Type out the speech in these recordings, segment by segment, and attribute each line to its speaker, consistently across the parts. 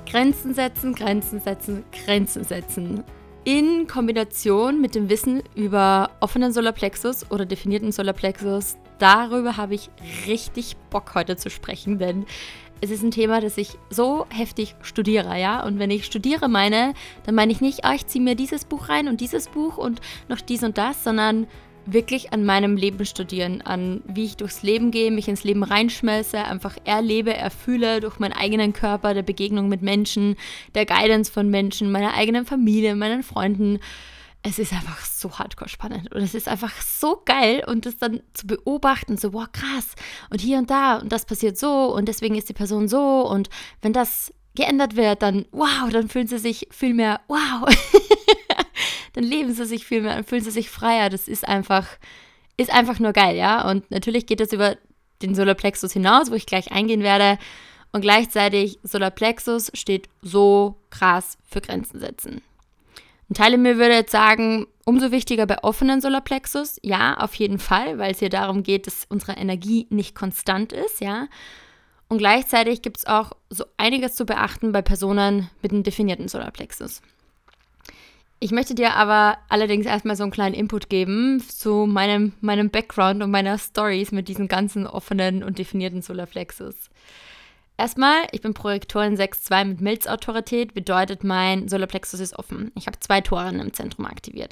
Speaker 1: Grenzen setzen, Grenzen setzen, Grenzen setzen. In Kombination mit dem Wissen über offenen Solarplexus oder definierten Solarplexus, darüber habe ich richtig Bock heute zu sprechen, denn es ist ein Thema, das ich so heftig studiere, ja. Und wenn ich studiere dann meine ich nicht, ich ziehe mir dieses Buch rein und dieses Buch und noch dies und das, sondern wirklich an meinem Leben studieren, an wie ich durchs Leben gehe, mich ins Leben reinschmeiße, einfach erlebe, erfühle durch meinen eigenen Körper, der Begegnung mit Menschen, der Guidance von Menschen, meiner eigenen Familie, meinen Freunden. Es ist einfach so hardcore spannend und es ist einfach so geil und das dann zu beobachten, so wow, krass und hier und da und das passiert so und deswegen ist die Person so und wenn das geändert wird, dann wow, dann fühlen sie sich viel mehr wow. Dann leben sie sich viel mehr und fühlen sie sich freier. Das ist einfach nur geil, ja. Und natürlich geht das über den Solarplexus hinaus, wo ich gleich eingehen werde. Und gleichzeitig, Solarplexus steht so krass für Grenzen setzen. Ein Teil in mir würde jetzt sagen, umso wichtiger bei offenen Solarplexus. Ja, auf jeden Fall, weil es hier darum geht, dass unsere Energie nicht konstant ist, ja. Und gleichzeitig gibt es auch so einiges zu beachten bei Personen mit einem definierten Solarplexus. Ich möchte dir aber allerdings erstmal so einen kleinen Input geben zu meinem Background und meiner Stories mit diesen ganzen offenen und definierten Solarplexus. Erstmal, ich bin Projektorin 6.2 mit Milzautorität, bedeutet mein Solarplexus ist offen. Ich habe 2 Toren im Zentrum aktiviert.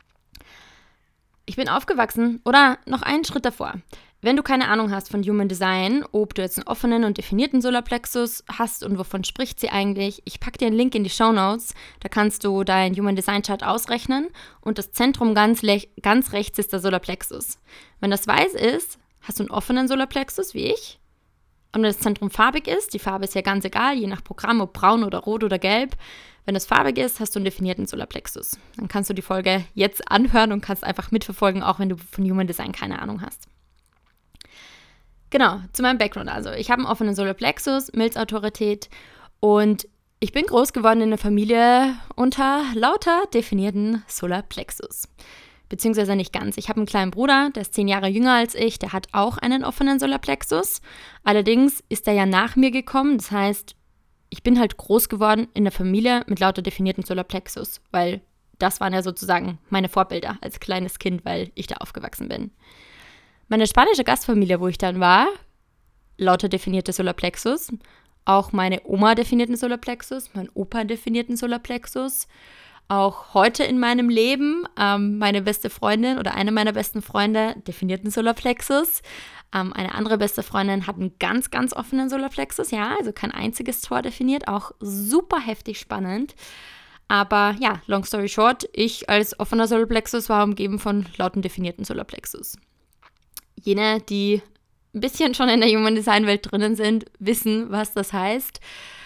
Speaker 1: Ich bin aufgewachsen oder noch einen Schritt davor. Wenn du keine Ahnung hast von Human Design, ob du jetzt einen offenen und definierten Solarplexus hast und wovon spricht sie eigentlich, ich packe dir einen Link in die Shownotes, da kannst du deinen Human Design Chart ausrechnen und das Zentrum ganz rechts ist der Solarplexus. Wenn das weiß ist, hast du einen offenen Solarplexus wie ich. Und wenn das Zentrum farbig ist, die Farbe ist ja ganz egal, je nach Programm, ob braun oder rot oder gelb, wenn das farbig ist, hast du einen definierten Solarplexus. Dann kannst du die Folge jetzt anhören und kannst einfach mitverfolgen, auch wenn du von Human Design keine Ahnung hast. Genau, zu meinem Background also. Ich habe einen offenen Solarplexus, Milzautorität und ich bin groß geworden in einer Familie unter lauter definierten Solarplexus. Beziehungsweise nicht ganz. Ich habe einen kleinen Bruder, der ist 10 Jahre jünger als ich, der hat auch einen offenen Solarplexus. Allerdings ist er ja nach mir gekommen, das heißt, ich bin halt groß geworden in der Familie mit lauter definierten Solarplexus, weil das waren ja sozusagen meine Vorbilder als kleines Kind, weil ich da aufgewachsen bin. Meine spanische Gastfamilie, wo ich dann war, lauter definierte Solarplexus, auch meine Oma definierten Solarplexus, mein Opa definierten Solarplexus, auch heute in meinem Leben meine beste Freundin oder eine meiner besten Freunde definierten Solarplexus. Eine andere beste Freundin hat einen ganz, ganz offenen Solarplexus, ja, also kein einziges Tor definiert, auch super heftig spannend. Aber ja, long story short, ich als offener Solarplexus war umgeben von lauten definierten Solarplexus. Jene, die ein bisschen schon in der Human Design Welt drinnen sind, wissen, was das heißt.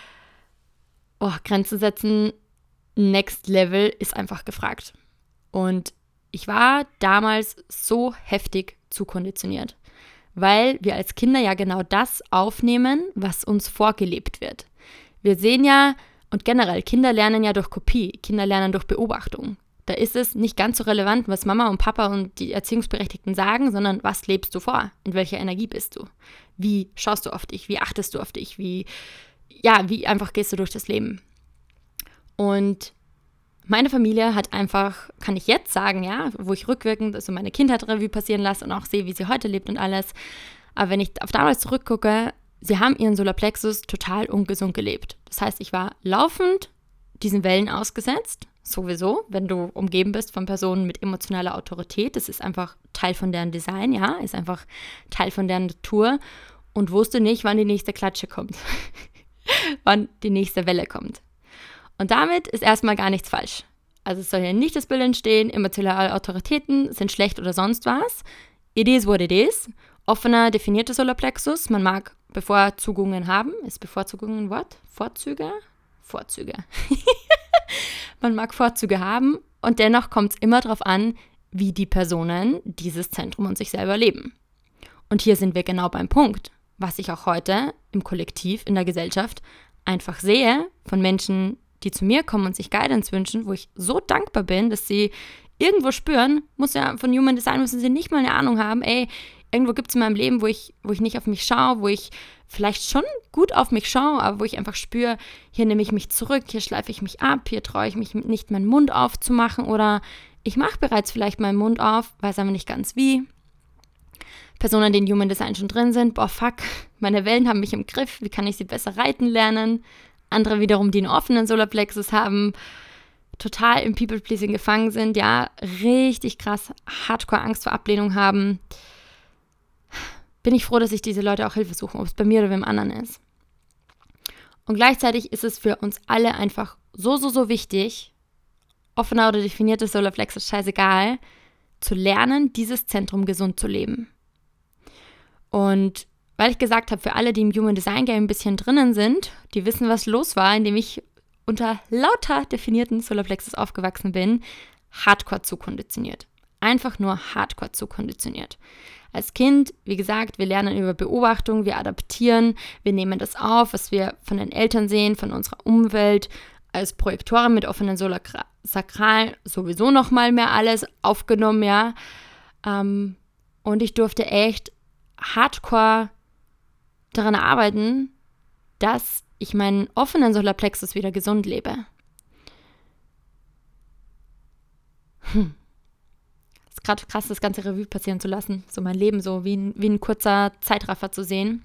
Speaker 1: Grenzen setzen, Next Level ist einfach gefragt. Und ich war damals so heftig zu konditioniert, weil wir als Kinder ja genau das aufnehmen, was uns vorgelebt wird. Wir sehen ja, und generell, Kinder lernen ja durch Kopie, Kinder lernen durch Beobachtung. Da ist es nicht ganz so relevant, was Mama und Papa und die Erziehungsberechtigten sagen, sondern was lebst du vor? In welcher Energie bist du? Wie schaust du auf dich? Wie achtest du auf dich? Wie einfach gehst du durch das Leben? Und meine Familie hat einfach, kann ich jetzt sagen, ja, wo ich rückwirkend also meine Kindheit Revue passieren lasse und auch sehe, wie sie heute lebt und alles. Aber wenn ich auf damals zurückgucke, sie haben ihren Solarplexus total ungesund gelebt. Das heißt, ich war laufend diesen Wellen ausgesetzt. Sowieso, wenn du umgeben bist von Personen mit emotionaler Autorität, das ist einfach Teil von deren Design, ja, ist einfach Teil von deren Natur und wusste nicht, wann die nächste Klatsche kommt, wann die nächste Welle kommt. Und damit ist erstmal gar nichts falsch. Also es soll ja nicht das Bild entstehen, emotionale Autoritäten sind schlecht oder sonst was. It is what it is. Offener, definierter Solarplexus, man mag Bevorzugungen haben. Ist Bevorzugung ein Wort? Vorzüge? Vorzüge. Man mag Vorzüge haben und dennoch kommt es immer darauf an, wie die Personen dieses Zentrum und sich selber leben. Und hier sind wir genau beim Punkt, was ich auch heute im Kollektiv, in der Gesellschaft einfach sehe von Menschen, die zu mir kommen und sich Guidance wünschen, wo ich so dankbar bin, dass sie irgendwo spüren, muss ja von Human Design, müssen sie nicht mal eine Ahnung haben, irgendwo gibt es in meinem Leben, wo ich nicht auf mich schaue, wo ich vielleicht schon gut auf mich schaue, aber wo ich einfach spüre, hier nehme ich mich zurück, hier schleife ich mich ab, hier traue ich mich nicht, meinen Mund aufzumachen oder ich mache bereits vielleicht meinen Mund auf, weiß aber nicht ganz wie. Personen, die in Human Design schon drin sind, boah, fuck, meine Wellen haben mich im Griff, wie kann ich sie besser reiten lernen? Andere wiederum, die einen offenen Solarplexus haben, total im People-Pleasing gefangen sind, ja, richtig krass Hardcore Angst vor Ablehnung haben. Bin ich froh, dass sich diese Leute auch Hilfe suchen, ob es bei mir oder wem anderen ist. Und gleichzeitig ist es für uns alle einfach so wichtig, offener oder definierter Solarplexus, scheißegal, zu lernen, dieses Zentrum gesund zu leben. Und weil ich gesagt habe, für alle, die im Human Design Game ein bisschen drinnen sind, die wissen, was los war, indem ich unter lauter definierten Solarplexus aufgewachsen bin, hardcore zukonditioniert. Einfach nur hardcore zukonditioniert. Als Kind, wie gesagt, wir lernen über Beobachtung, wir adaptieren, wir nehmen das auf, was wir von den Eltern sehen, von unserer Umwelt. Als Projektoren mit offenen Solarsakralen sowieso nochmal mehr alles aufgenommen, ja. Und ich durfte echt hardcore daran arbeiten, dass ich meinen offenen Solarplexus wieder gesund lebe. Ist gerade krass, das ganze Revue passieren zu lassen, so mein Leben so wie ein kurzer Zeitraffer zu sehen.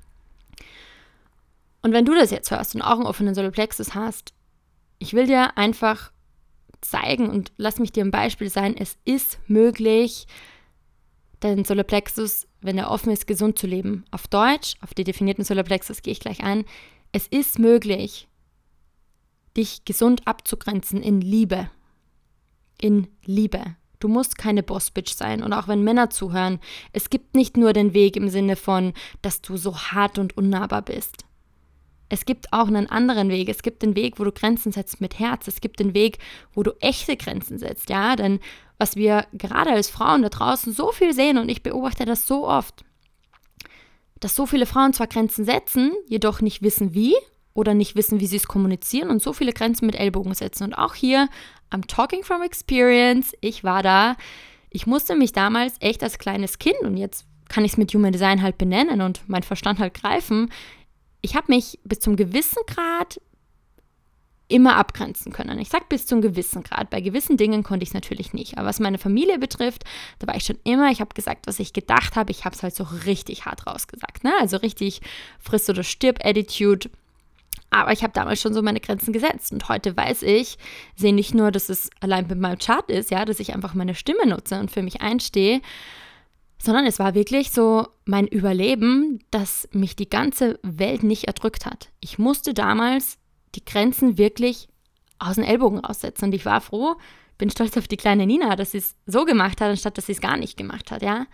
Speaker 1: Und wenn du das jetzt hörst und auch einen offenen Solarplexus hast, ich will dir einfach zeigen und lass mich dir ein Beispiel sein, es ist möglich, deinen Solarplexus, wenn er offen ist, gesund zu leben. Auf Deutsch, auf die definierten Solarplexus gehe ich gleich ein. Es ist möglich, dich gesund abzugrenzen in Liebe. In Liebe. Du musst keine Boss-Bitch sein. Und auch wenn Männer zuhören, es gibt nicht nur den Weg im Sinne von, dass du so hart und unnahbar bist. Es gibt auch einen anderen Weg. Es gibt den Weg, wo du Grenzen setzt mit Herz. Es gibt den Weg, wo du echte Grenzen setzt. Ja, denn was wir gerade als Frauen da draußen so viel sehen, und ich beobachte das so oft, dass so viele Frauen zwar Grenzen setzen, jedoch nicht wissen wie oder nicht wissen, wie sie es kommunizieren und so viele Grenzen mit Ellbogen setzen. Und auch hier, I'm talking from experience, ich war da, ich musste mich damals echt als kleines Kind, und jetzt kann ich es mit Human Design halt benennen und mein Verstand halt greifen, ich habe mich bis zum gewissen Grad immer abgrenzen können. Ich sage bis zum gewissen Grad. Bei gewissen Dingen konnte ich es natürlich nicht. Aber was meine Familie betrifft, da war ich schon immer, ich habe gesagt, was ich gedacht habe. Ich habe es halt so richtig hart rausgesagt. Ne? Also richtig friss oder stirb Attitude. Aber ich habe damals schon so meine Grenzen gesetzt. Und heute weiß ich, sehe nicht nur, dass es allein mit meinem Chart ist, ja, dass ich einfach meine Stimme nutze und für mich einstehe, sondern es war wirklich so mein Überleben, dass mich die ganze Welt nicht erdrückt hat. Ich musste damals die Grenzen wirklich aus den Ellbogen raussetzen. Und ich war froh, bin stolz auf die kleine Nina, dass sie es so gemacht hat, anstatt dass sie es gar nicht gemacht hat, ja.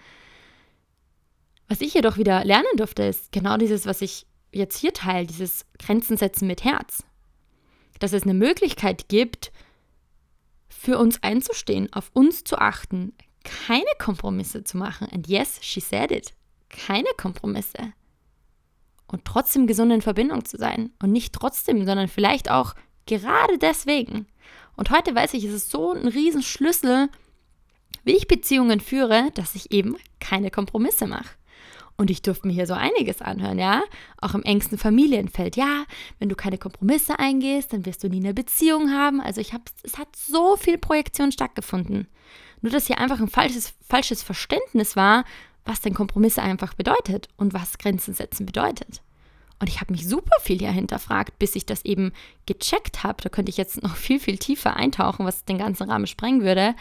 Speaker 1: Was ich jedoch wieder lernen durfte, ist genau dieses, was ich jetzt hier teile, dieses Grenzen setzen mit Herz. Dass es eine Möglichkeit gibt, für uns einzustehen, auf uns zu achten, keine Kompromisse zu machen. And yes, she said it. Keine Kompromisse. Und trotzdem gesund in Verbindung zu sein. Und nicht trotzdem, sondern vielleicht auch gerade deswegen. Und heute weiß ich, es ist so ein Riesenschlüssel, wie ich Beziehungen führe, dass ich eben keine Kompromisse mache. Und ich durfte mir hier so einiges anhören, ja, auch im engsten Familienfeld. Ja, wenn du keine Kompromisse eingehst, dann wirst du nie eine Beziehung haben. Also es hat so viel Projektion stattgefunden. Nur, dass hier einfach ein falsches Verständnis war, was denn Kompromisse einfach bedeutet und was Grenzen setzen bedeutet. Und ich habe mich super viel hier hinterfragt, bis ich das eben gecheckt habe. Da könnte ich jetzt noch viel tiefer eintauchen, was den ganzen Rahmen sprengen würde.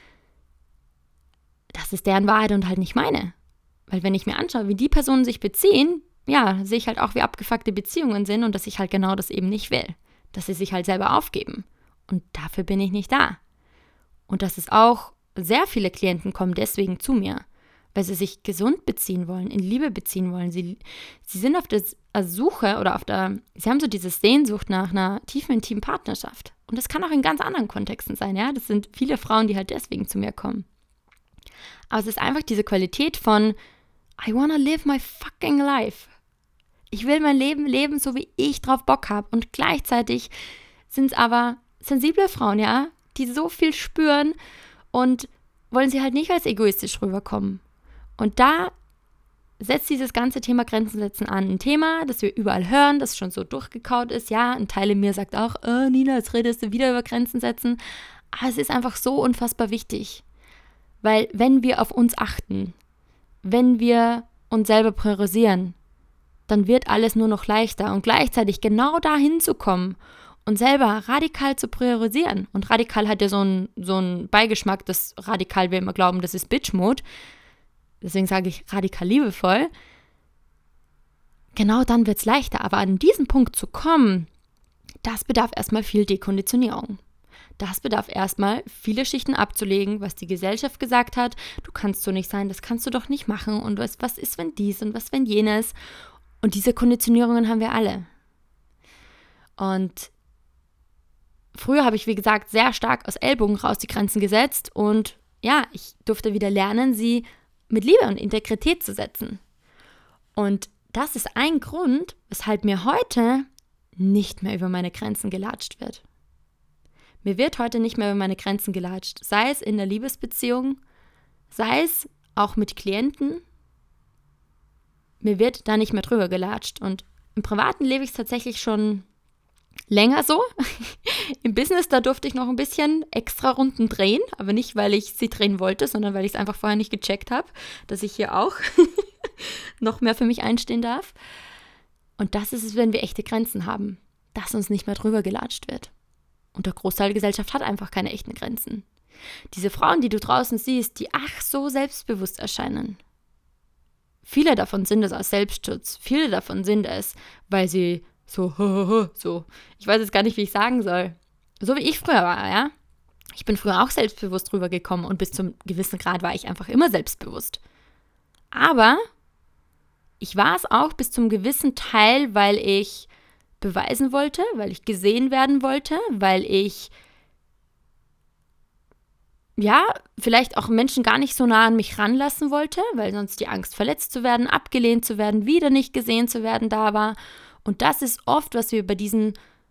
Speaker 1: Das ist deren Wahrheit und halt nicht meine. Weil wenn ich mir anschaue, wie die Personen sich beziehen, ja, sehe ich halt auch, wie abgefuckte Beziehungen sind und dass ich halt genau das eben nicht will. Dass sie sich halt selber aufgeben. Und dafür bin ich nicht da. Und das ist auch, sehr viele Klienten kommen deswegen zu mir, weil sie sich gesund beziehen wollen, in Liebe beziehen wollen. Sie sind auf der Suche oder sie haben so diese Sehnsucht nach einer tiefen, intimen Partnerschaft. Und das kann auch in ganz anderen Kontexten sein, ja. Das sind viele Frauen, die halt deswegen zu mir kommen. Aber es ist einfach diese Qualität von I wanna live my fucking life. Ich will mein Leben leben, so wie ich drauf Bock habe. Und gleichzeitig sind es aber sensible Frauen, ja, die so viel spüren und wollen sie halt nicht als egoistisch rüberkommen. Und da setzt dieses ganze Thema Grenzen setzen an. Ein Thema, das wir überall hören, das schon so durchgekaut ist. Ja, ein Teil in mir sagt auch, Nina, jetzt redest du wieder über Grenzen setzen. Aber es ist einfach so unfassbar wichtig. Weil wenn wir auf uns achten, wenn wir uns selber priorisieren, dann wird alles nur noch leichter. Und gleichzeitig genau dahin zu kommen und selber radikal zu priorisieren. Und radikal hat ja so einen Beigeschmack, dass radikal wir immer glauben, das ist Bitch-Mode. Deswegen sage ich radikal liebevoll. Genau dann wird es leichter. Aber an diesen Punkt zu kommen, das bedarf erstmal viel Dekonditionierung. Das bedarf erstmal viele Schichten abzulegen, was die Gesellschaft gesagt hat. Du kannst so nicht sein, das kannst du doch nicht machen. Und was ist, wenn dies und was, wenn jenes? Und diese Konditionierungen haben wir alle. Und früher habe ich, wie gesagt, sehr stark aus Ellbogen raus die Grenzen gesetzt. Und ja, ich durfte wieder lernen, sie mit Liebe und Integrität zu setzen. Und das ist ein Grund, weshalb mir heute nicht mehr über meine Grenzen gelatscht wird. Mir wird heute nicht mehr über meine Grenzen gelatscht, sei es in der Liebesbeziehung, sei es auch mit Klienten. Mir wird da nicht mehr drüber gelatscht. Und im Privaten lebe ich es tatsächlich schon länger so. Im Business, da durfte ich noch ein bisschen extra Runden drehen, aber nicht, weil ich sie drehen wollte, sondern weil ich es einfach vorher nicht gecheckt habe, dass ich hier auch noch mehr für mich einstehen darf. Und das ist es, wenn wir echte Grenzen haben, dass uns nicht mehr drüber gelatscht wird. Und der Großteil der Gesellschaft hat einfach keine echten Grenzen. Diese Frauen, die du draußen siehst, die ach so selbstbewusst erscheinen. Viele davon sind es aus Selbstschutz. Viele davon sind es, weil sie so, ich weiß jetzt gar nicht, wie ich sagen soll. So wie ich früher war, ja. Ich bin früher auch selbstbewusst rübergekommen und bis zum gewissen Grad war ich einfach immer selbstbewusst. Aber ich war es auch bis zum gewissen Teil, weil ich beweisen wollte, weil ich gesehen werden wollte, weil ich ja, vielleicht auch Menschen gar nicht so nah an mich ranlassen wollte, weil sonst die Angst, verletzt zu werden, abgelehnt zu werden, wieder nicht gesehen zu werden, da war. Und das ist oft, was wir bei diesen,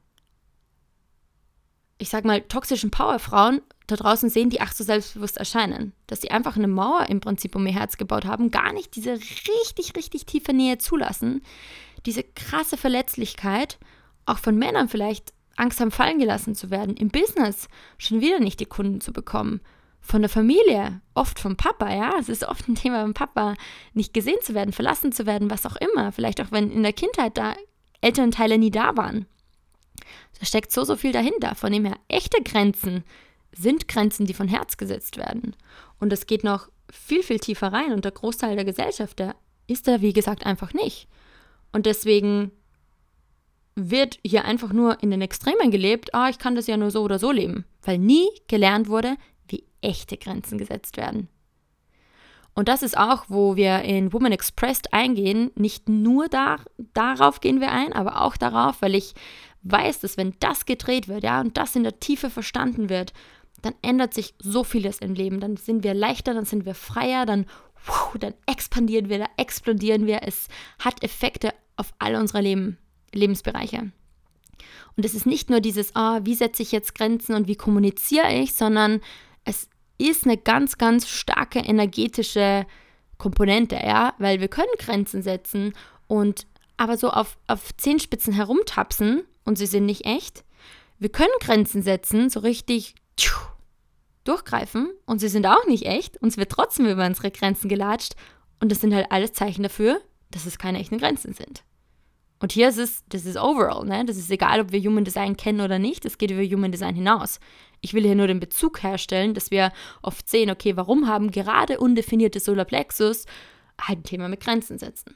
Speaker 1: ich sag mal, toxischen Powerfrauen da draußen sehen, die ach so selbstbewusst erscheinen. Dass sie einfach eine Mauer im Prinzip um ihr Herz gebaut haben, gar nicht diese richtig, richtig tiefe Nähe zulassen, diese krasse Verletzlichkeit, auch von Männern vielleicht Angst haben, fallen gelassen zu werden, im Business schon wieder nicht die Kunden zu bekommen, von der Familie, oft vom Papa, ja, es ist oft ein Thema beim Papa, nicht gesehen zu werden, verlassen zu werden, was auch immer, vielleicht auch wenn in der Kindheit da Elternteile nie da waren. Da steckt so viel dahinter, von dem her echte Grenzen sind Grenzen, die von Herz gesetzt werden. Und es geht noch viel, viel tiefer rein und der Großteil der Gesellschaft, der ist da, wie gesagt, einfach nicht. Und deswegen wird hier einfach nur in den Extremen gelebt, ich kann das ja nur so oder so leben, weil nie gelernt wurde, wie echte Grenzen gesetzt werden. Und das ist auch, wo wir in Woman Expressed eingehen, nicht nur darauf gehen wir ein, aber auch darauf, weil ich weiß, dass wenn das gedreht wird, ja, und das in der Tiefe verstanden wird, dann ändert sich so vieles im Leben. Dann sind wir leichter, dann sind wir freier, dann expandieren wir, da explodieren wir. Es hat Effekte auf all unsere Lebensbereiche. Und es ist nicht nur dieses, wie setze ich jetzt Grenzen und wie kommuniziere ich, sondern es ist eine ganz, ganz starke energetische Komponente, ja, weil wir können Grenzen setzen und aber so auf Zehenspitzen herumtapsen und sie sind nicht echt. Wir können Grenzen setzen, so richtig durchgreifen und sie sind auch nicht echt. Uns wird trotzdem über unsere Grenzen gelatscht und das sind halt alles Zeichen dafür, dass es keine echten Grenzen sind. Und hier ist es, das ist overall, ne? Das ist egal, ob wir Human Design kennen oder nicht, das geht über Human Design hinaus. Ich will hier nur den Bezug herstellen, dass wir oft sehen, okay, warum haben gerade undefinierte Solarplexus halt ein Thema mit Grenzen setzen.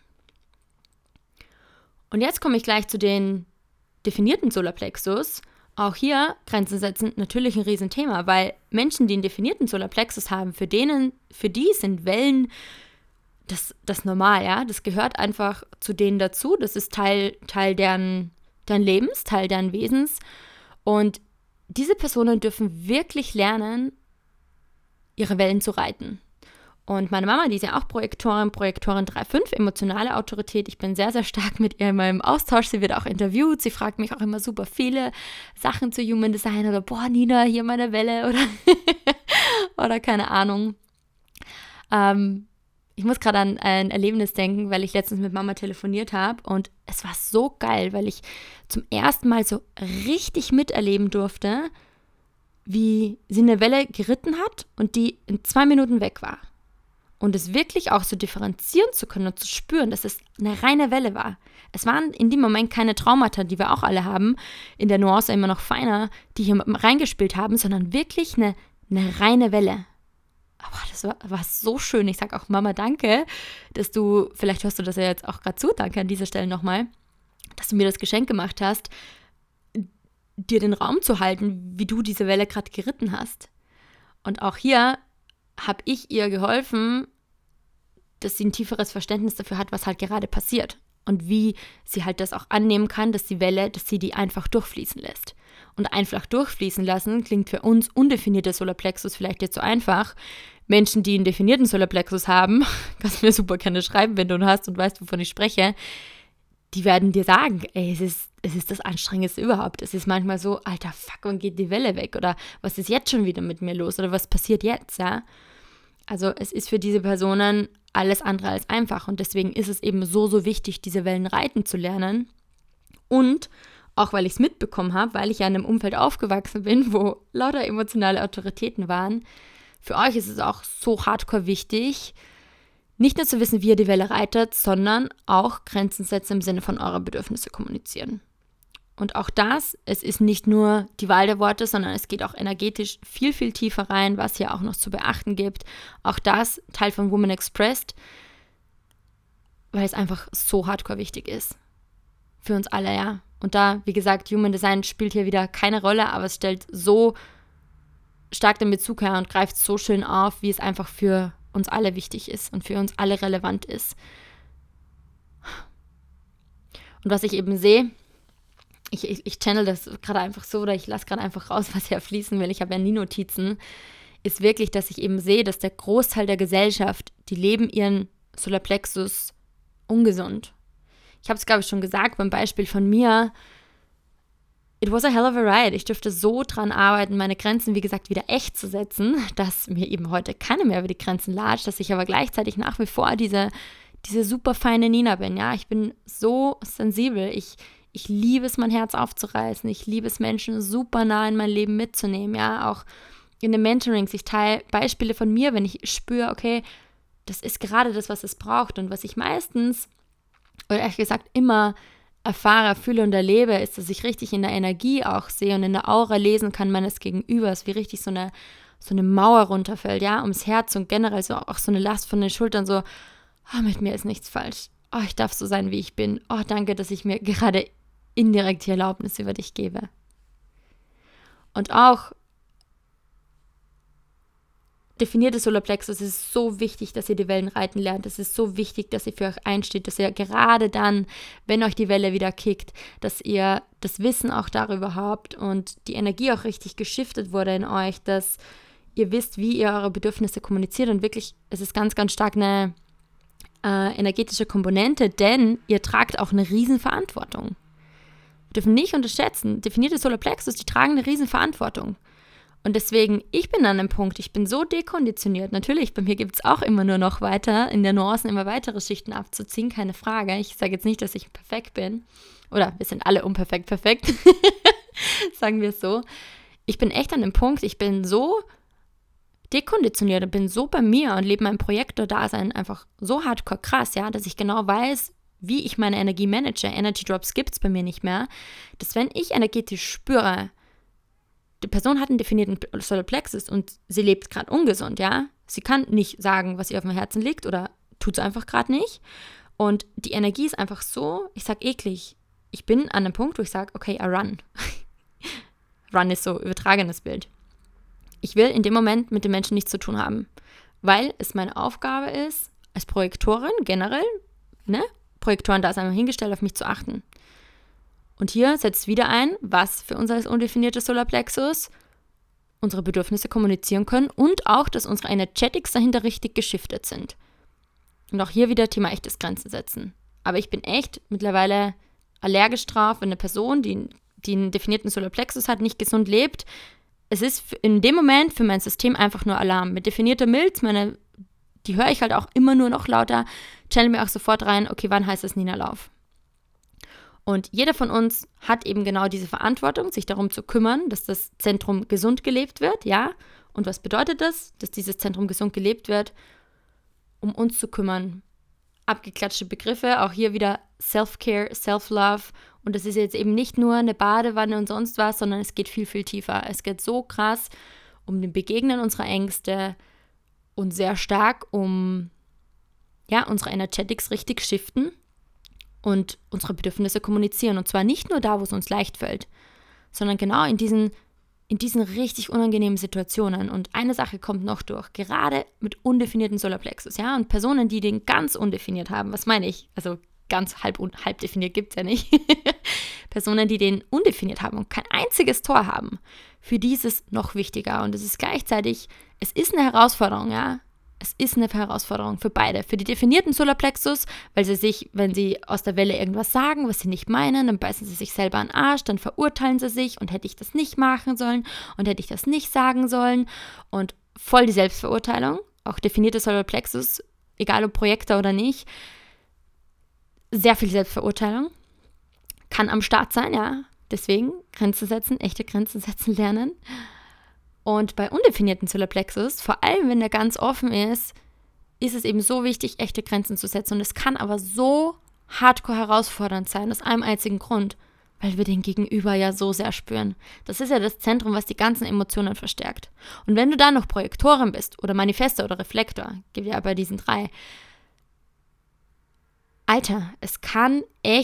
Speaker 1: Und jetzt komme ich gleich zu den definierten Solarplexus. Auch hier Grenzen setzen natürlich ein Riesenthema, weil Menschen, die einen definierten Solarplexus haben, für die sind Wellen das normal, ja. Das gehört einfach zu denen dazu. Das ist Teil deren Lebens, Teil deren Wesens. Und diese Personen dürfen wirklich lernen, ihre Wellen zu reiten. Und meine Mama, die ist ja auch Projektorin 3.5, emotionale Autorität. Ich bin sehr, sehr stark mit ihr in meinem Austausch. Sie wird auch interviewt. Sie fragt mich auch immer super viele Sachen zu Human Design oder boah, Nina, hier meine Welle oder oder keine Ahnung. Ich muss gerade an ein Erlebnis denken, weil ich letztens mit Mama telefoniert habe und es war so geil, weil ich zum ersten Mal so richtig miterleben durfte, wie sie eine Welle geritten hat und die in 2 Minuten weg war. Und es wirklich auch so differenzieren zu können und zu spüren, dass es eine reine Welle war. Es waren in dem Moment keine Traumata, die wir auch alle haben, in der Nuance immer noch feiner, die hier reingespielt haben, sondern wirklich eine reine Welle. Aber das war so schön. Ich sage auch Mama, danke, dass du, vielleicht hörst du das ja jetzt auch gerade zu, danke an dieser Stelle nochmal, dass du mir das Geschenk gemacht hast, dir den Raum zu halten, wie du diese Welle gerade geritten hast. Und auch hier habe ich ihr geholfen, dass sie ein tieferes Verständnis dafür hat, was halt gerade passiert. Und wie sie halt das auch annehmen kann, dass die Welle, dass sie die einfach durchfließen lässt. Und einfach durchfließen lassen klingt für uns undefinierter Solarplexus vielleicht jetzt so einfach. Menschen, die einen definierten Solarplexus haben, kannst du mir super gerne schreiben, wenn du ihn hast und weißt, wovon ich spreche, die werden dir sagen, ey, es ist das Anstrengendste überhaupt. Es ist manchmal so, alter Fuck, wann geht die Welle weg? Oder was ist jetzt schon wieder mit mir los? Oder was passiert jetzt, ja? Also es ist für diese Personen alles andere als einfach. Und deswegen ist es eben so wichtig, diese Wellen reiten zu lernen. Und auch weil ich es mitbekommen habe, weil ich ja in einem Umfeld aufgewachsen bin, wo lauter emotionale Autoritäten waren, für euch ist es auch so hardcore wichtig, nicht nur zu wissen, wie ihr die Welle reitet, sondern auch Grenzen setzen im Sinne von eurer Bedürfnisse kommunizieren. Und auch das, es ist nicht nur die Wahl der Worte, sondern es geht auch energetisch viel tiefer rein, was hier auch noch zu beachten gibt. Auch das, Teil von Woman Expressed, weil es einfach so hardcore wichtig ist. Für uns alle, ja. Und da, wie gesagt, Human Design spielt hier wieder keine Rolle, aber es stellt so stark den Bezug her und greift so schön auf, wie es einfach für uns alle wichtig ist und für uns alle relevant ist. Und was ich eben sehe, ich channel das gerade einfach so oder ich lasse gerade einfach raus, was ja fließen will, ich habe ja nie Notizen, ist wirklich, dass ich eben sehe, dass der Großteil der Gesellschaft, die leben ihren Solarplexus ungesund. Ich habe es, glaube ich, schon gesagt beim Beispiel von mir, it was a hell of a ride. Ich dürfte so dran arbeiten, meine Grenzen, wie gesagt, wieder echt zu setzen, dass mir eben heute keine mehr über die Grenzen latscht, dass ich aber gleichzeitig nach wie vor diese super feine Nina bin. Ja, ich bin so sensibel. Ich liebe es, mein Herz aufzureißen. Ich liebe es, Menschen super nah in mein Leben mitzunehmen. Ja, auch in den Mentorings. Ich teile Beispiele von mir, wenn ich spüre, okay, das ist gerade das, was es braucht. Und was ich meistens, oder ehrlich gesagt immer erfahre, fühle und erlebe, ist, dass ich richtig in der Energie auch sehe und in der Aura lesen kann meines Gegenübers, wie richtig so eine Mauer runterfällt, ja, ums Herz und generell so auch so eine Last von den Schultern, so, oh, mit mir ist nichts falsch. Oh, ich darf so sein, wie ich bin. Oh, danke, dass ich mir gerade indirekt die Erlaubnis über dich gebe. Und auch definiertes Solarplexus, es ist so wichtig, dass ihr die Wellen reiten lernt. Es ist so wichtig, dass ihr für euch einsteht, dass ihr gerade dann, wenn euch die Welle wieder kickt, dass ihr das Wissen auch darüber habt und die Energie auch richtig geschiftet wurde in euch, dass ihr wisst, wie ihr eure Bedürfnisse kommuniziert und wirklich, es ist ganz stark eine energetische Komponente, denn ihr tragt auch eine Riesenverantwortung. Wir dürfen nicht unterschätzen, definierte Solarplexus, die tragen eine Riesenverantwortung. Und deswegen, ich bin an einem Punkt, ich bin so dekonditioniert. Natürlich, bei mir gibt es auch immer nur noch weiter, in der Nuancen immer weitere Schichten abzuziehen, keine Frage. Ich sage jetzt nicht, dass ich perfekt bin. Oder wir sind alle perfekt, sagen wir es so. Ich bin echt an dem Punkt, ich bin so dekonditioniert und bin so bei mir und lebe mein Projektor-Dasein einfach so hardcore krass, ja, dass ich genau weiß, wie ich meine Energie manage. Energy Drops gibt es bei mir nicht mehr. Dass wenn ich energetisch spüre, die Person hat einen definierten Solarplexus und sie lebt gerade ungesund, ja. Sie kann nicht sagen, was ihr auf dem Herzen liegt oder tut es einfach gerade nicht. Und die Energie ist einfach so, ich sag eklig. Ich bin an einem Punkt, wo ich sage, okay, I run. Run ist so übertragenes Bild. Ich will in dem Moment mit den Menschen nichts zu tun haben, weil es meine Aufgabe ist, als Projektorin generell, ne, Projektoren da ist einmal hingestellt, auf mich zu achten. Und hier setzt wieder ein, was für uns als undefiniertes Solarplexus unsere Bedürfnisse kommunizieren können und auch, dass unsere Energetics dahinter richtig geschiftet sind. Und auch hier wieder Thema echtes Grenzen setzen. Aber ich bin echt mittlerweile allergisch drauf, wenn eine Person, die einen definierten Solarplexus hat, nicht gesund lebt. Es ist in dem Moment für mein System einfach nur Alarm. Mit definierter Milz, die höre ich halt auch immer nur noch lauter, channel mir auch sofort rein, okay, wann heißt es Nina Lauf? Und jeder von uns hat eben genau diese Verantwortung, sich darum zu kümmern, dass das Zentrum gesund gelebt wird, ja. Und was bedeutet das? Dass dieses Zentrum gesund gelebt wird, um uns zu kümmern. Abgeklatschte Begriffe, auch hier wieder Self-Care, Self-Love. Und das ist jetzt eben nicht nur eine Badewanne und sonst was, sondern es geht viel, viel tiefer. Es geht so krass um den Begegnen unserer Ängste und sehr stark um unsere Energetics richtig shiften und unsere Bedürfnisse kommunizieren. Und zwar nicht nur da, wo es uns leicht fällt, sondern genau in diesen richtig unangenehmen Situationen. Und eine Sache kommt noch durch, gerade mit undefinierten Solarplexus, ja, und Personen, die den ganz undefiniert haben, was meine ich? Also ganz halb definiert gibt es ja nicht. Personen, die den undefiniert haben und kein einziges Tor haben, für die ist es noch wichtiger. Und es ist gleichzeitig, es ist eine Herausforderung, ja. Es ist eine Herausforderung für beide. Für die definierten Solarplexus, weil sie sich, wenn sie aus der Welle irgendwas sagen, was sie nicht meinen, dann beißen sie sich selber an den Arsch, dann verurteilen sie sich und hätte ich das nicht machen sollen und hätte ich das nicht sagen sollen und voll die Selbstverurteilung. Auch definierte Solarplexus, egal ob Projektor oder nicht, sehr viel Selbstverurteilung. Kann am Start sein, ja. Deswegen Grenzen setzen, echte Grenzen setzen lernen. Und bei undefinierten Solarplexus, vor allem wenn der ganz offen ist es eben so wichtig, echte Grenzen zu setzen. Und es kann aber so hardcore herausfordernd sein, aus einem einzigen Grund, weil wir den Gegenüber ja so sehr spüren. Das ist ja das Zentrum, was die ganzen Emotionen verstärkt. Und wenn du dann noch Projektorin bist oder Manifestor oder Reflektor, gibt ja bei diesen 3, Alter, es kann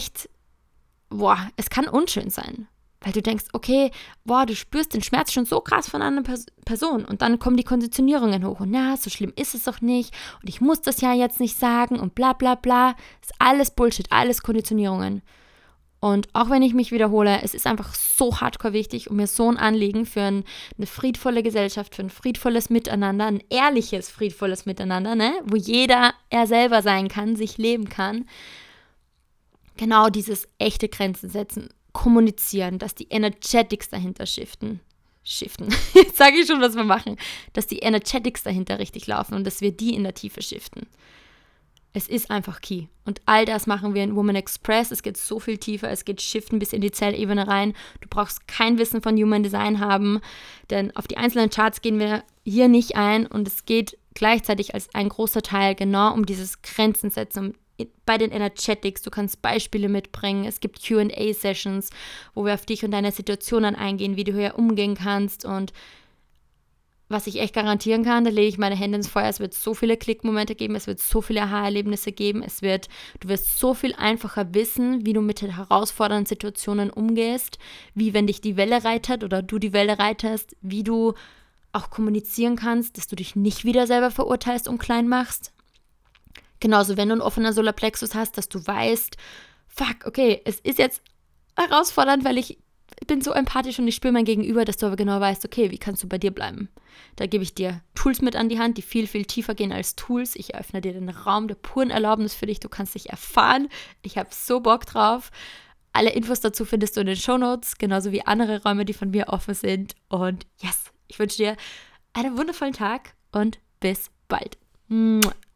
Speaker 1: unschön sein. Weil du denkst, okay, du spürst den Schmerz schon so krass von einer Person und dann kommen die Konditionierungen hoch und so schlimm ist es doch nicht und ich muss das ja jetzt nicht sagen und bla bla bla. Das ist alles Bullshit, alles Konditionierungen. Und auch wenn ich mich wiederhole, es ist einfach so hardcore wichtig und mir so ein Anliegen für eine friedvolle Gesellschaft, für ein friedvolles Miteinander, ein ehrliches, friedvolles Miteinander, ne? Wo jeder er selber sein kann, sich leben kann. Genau dieses echte Grenzen setzen. Kommunizieren, dass die Energetics dahinter shiften. Jetzt sage ich schon, was wir machen. Dass die Energetics dahinter richtig laufen und dass wir die in der Tiefe shiften. Es ist einfach key. Und all das machen wir in Woman Express. Es geht so viel tiefer. Es geht shiften bis in die Zellebene rein. Du brauchst kein Wissen von Human Design haben, denn auf die einzelnen Charts gehen wir hier nicht ein und es geht gleichzeitig als ein großer Teil genau um dieses Grenzen setzen, bei den Energetics, du kannst Beispiele mitbringen, es gibt Q&A-Sessions, wo wir auf dich und deine Situationen eingehen, wie du hier umgehen kannst und was ich echt garantieren kann, da lege ich meine Hände ins Feuer, es wird so viele Klickmomente geben, es wird so viele Aha-Erlebnisse geben, du wirst so viel einfacher wissen, wie du mit den herausfordernden Situationen umgehst, wie wenn dich die Welle reitet oder du die Welle reitest, wie du auch kommunizieren kannst, dass du dich nicht wieder selber verurteilst und klein machst. Genauso, wenn du einen offenen Solarplexus hast, dass du weißt, okay, es ist jetzt herausfordernd, weil ich bin so empathisch und ich spüre mein Gegenüber, dass du aber genau weißt, okay, wie kannst du bei dir bleiben? Da gebe ich dir Tools mit an die Hand, die viel, viel tiefer gehen als Tools. Ich eröffne dir den Raum der puren Erlaubnis für dich. Du kannst dich erfahren. Ich habe so Bock drauf. Alle Infos dazu findest du in den Shownotes, genauso wie andere Räume, die von mir offen sind. Und yes, ich wünsche dir einen wundervollen Tag und bis bald.